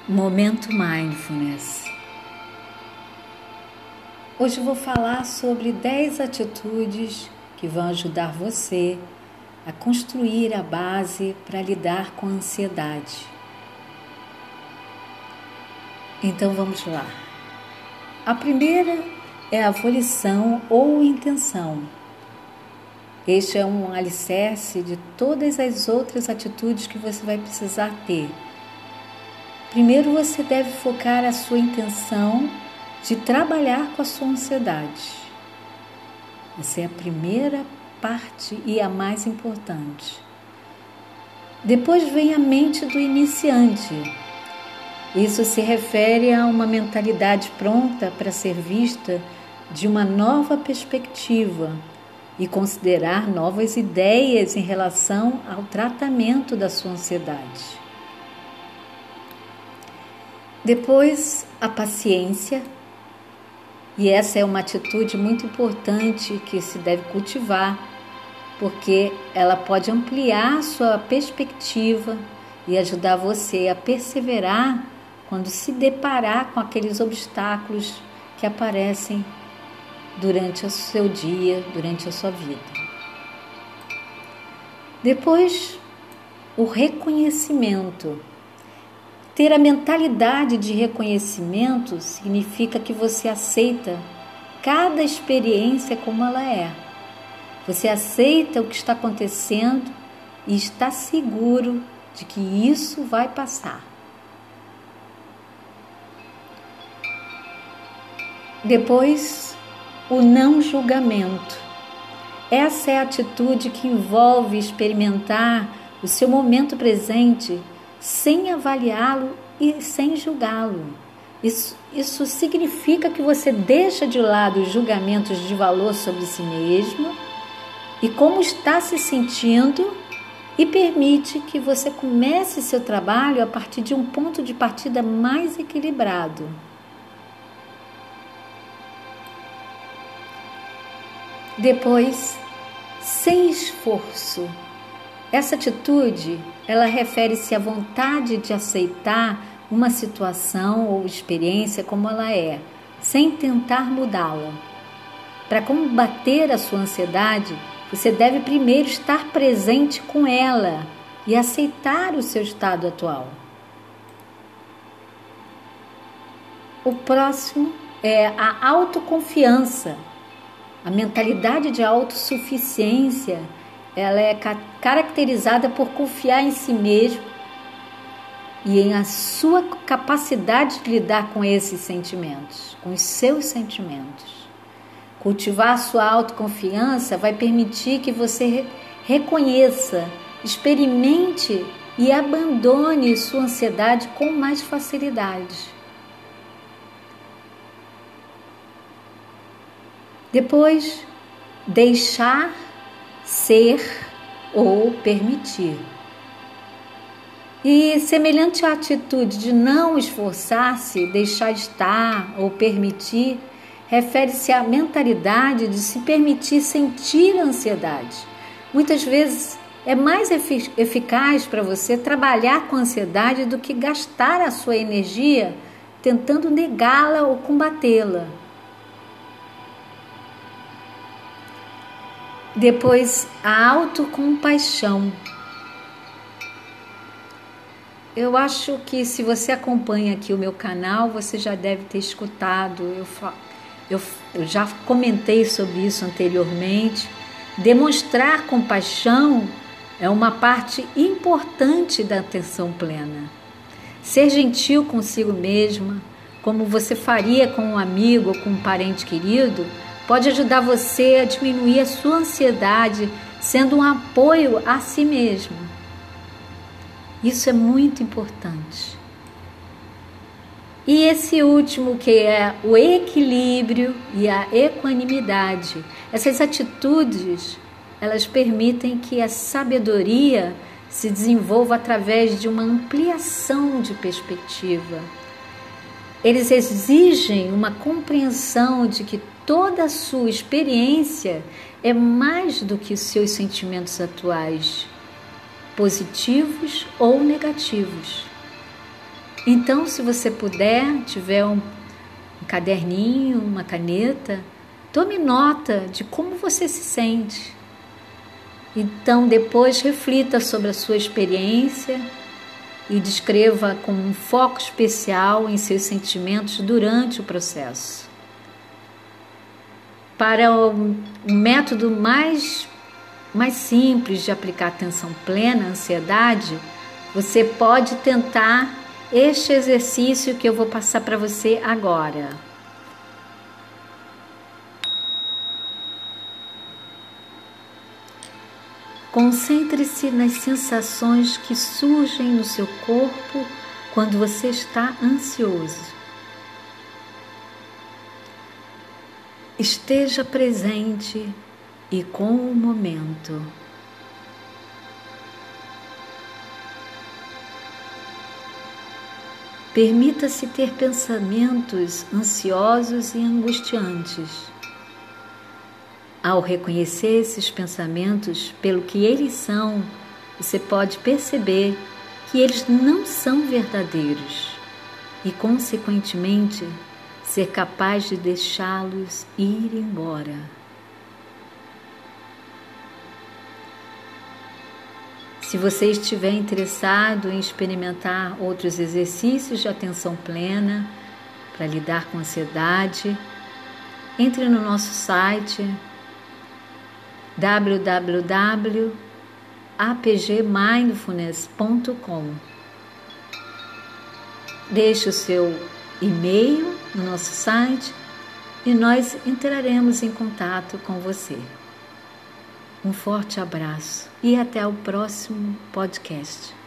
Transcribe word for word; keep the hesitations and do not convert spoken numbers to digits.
Momento Mindfulness. Hoje eu vou falar sobre dez atitudes que vão ajudar você a construir a base para lidar com a ansiedade. Então vamos lá. A primeira é a volição ou intenção. Este é um alicerce de todas as outras atitudes que você vai precisar ter. Primeiro você deve focar a sua intenção de trabalhar com a sua ansiedade. Essa é a primeira parte e a mais importante. Depois vem a mente do iniciante. Isso se refere a uma mentalidade pronta para ser vista de uma nova perspectiva e considerar novas ideias em relação ao tratamento da sua ansiedade. Depois, a paciência, e essa é uma atitude muito importante que se deve cultivar, porque ela pode ampliar sua perspectiva e ajudar você a perseverar quando se deparar com aqueles obstáculos que aparecem durante o seu dia, durante a sua vida. Depois, o reconhecimento. Ter a mentalidade de reconhecimento significa que você aceita cada experiência como ela é. Você aceita o que está acontecendo e está seguro de que isso vai passar. Depois, o não julgamento. Essa é a atitude que envolve experimentar o seu momento presente sem avaliá-lo e sem julgá-lo. Isso, isso significa que você deixa de lado os julgamentos de valor sobre si mesmo e como está se sentindo e permite que você comece seu trabalho a partir de um ponto de partida mais equilibrado. Depois, sem esforço. Essa atitude, ela refere-se à vontade de aceitar uma situação ou experiência como ela é, sem tentar mudá-la. Para combater a sua ansiedade, você deve primeiro estar presente com ela e aceitar o seu estado atual. O próximo é a autoconfiança. A mentalidade de autossuficiência, ela é caracterizada por confiar em si mesmo e em a sua capacidade de lidar com esses sentimentos, com os seus sentimentos. Cultivar a sua autoconfiança vai permitir que você reconheça, experimente e abandone sua ansiedade com mais facilidade. Depois, deixar ser ou permitir. E semelhante à atitude de não esforçar-se, deixar estar ou permitir, refere-se à mentalidade de se permitir sentir a ansiedade. Muitas vezes é mais efic- eficaz para você trabalhar com a ansiedade do que gastar a sua energia tentando negá-la ou combatê-la. Depois, a autocompaixão. Eu acho que se você acompanha aqui o meu canal, você já deve ter escutado, eu, eu, eu já comentei sobre isso anteriormente. Demonstrar compaixão é uma parte importante da atenção plena. Ser gentil consigo mesma, como você faria com um amigo ou com um parente querido, pode ajudar você a diminuir a sua ansiedade, sendo um apoio a si mesmo. Isso é muito importante. E esse último, que é o equilíbrio e a equanimidade. Essas atitudes, elas permitem que a sabedoria se desenvolva através de uma ampliação de perspectiva. Eles exigem uma compreensão de que toda a sua experiência é mais do que os seus sentimentos atuais, positivos ou negativos. Então, se você puder, tiver um, um caderninho, uma caneta, tome nota de como você se sente. Então, depois reflita sobre a sua experiência e descreva com um foco especial em seus sentimentos durante o processo. Para o método mais, mais simples de aplicar atenção plena à ansiedade, você pode tentar este exercício que eu vou passar para você agora. Concentre-se nas sensações que surgem no seu corpo quando você está ansioso. Esteja presente e com o momento. Permita-se ter pensamentos ansiosos e angustiantes. Ao reconhecer esses pensamentos pelo que eles são, você pode perceber que eles não são verdadeiros e, consequentemente, ser capaz de deixá-los ir embora. Se você estiver interessado em experimentar outros exercícios de atenção plena para lidar com a ansiedade, entre no nosso site w w w ponto a p g mindfulness ponto com. Deixe o seu e-mail no nosso site e nós entraremos em contato com você. Um forte abraço e até o próximo podcast.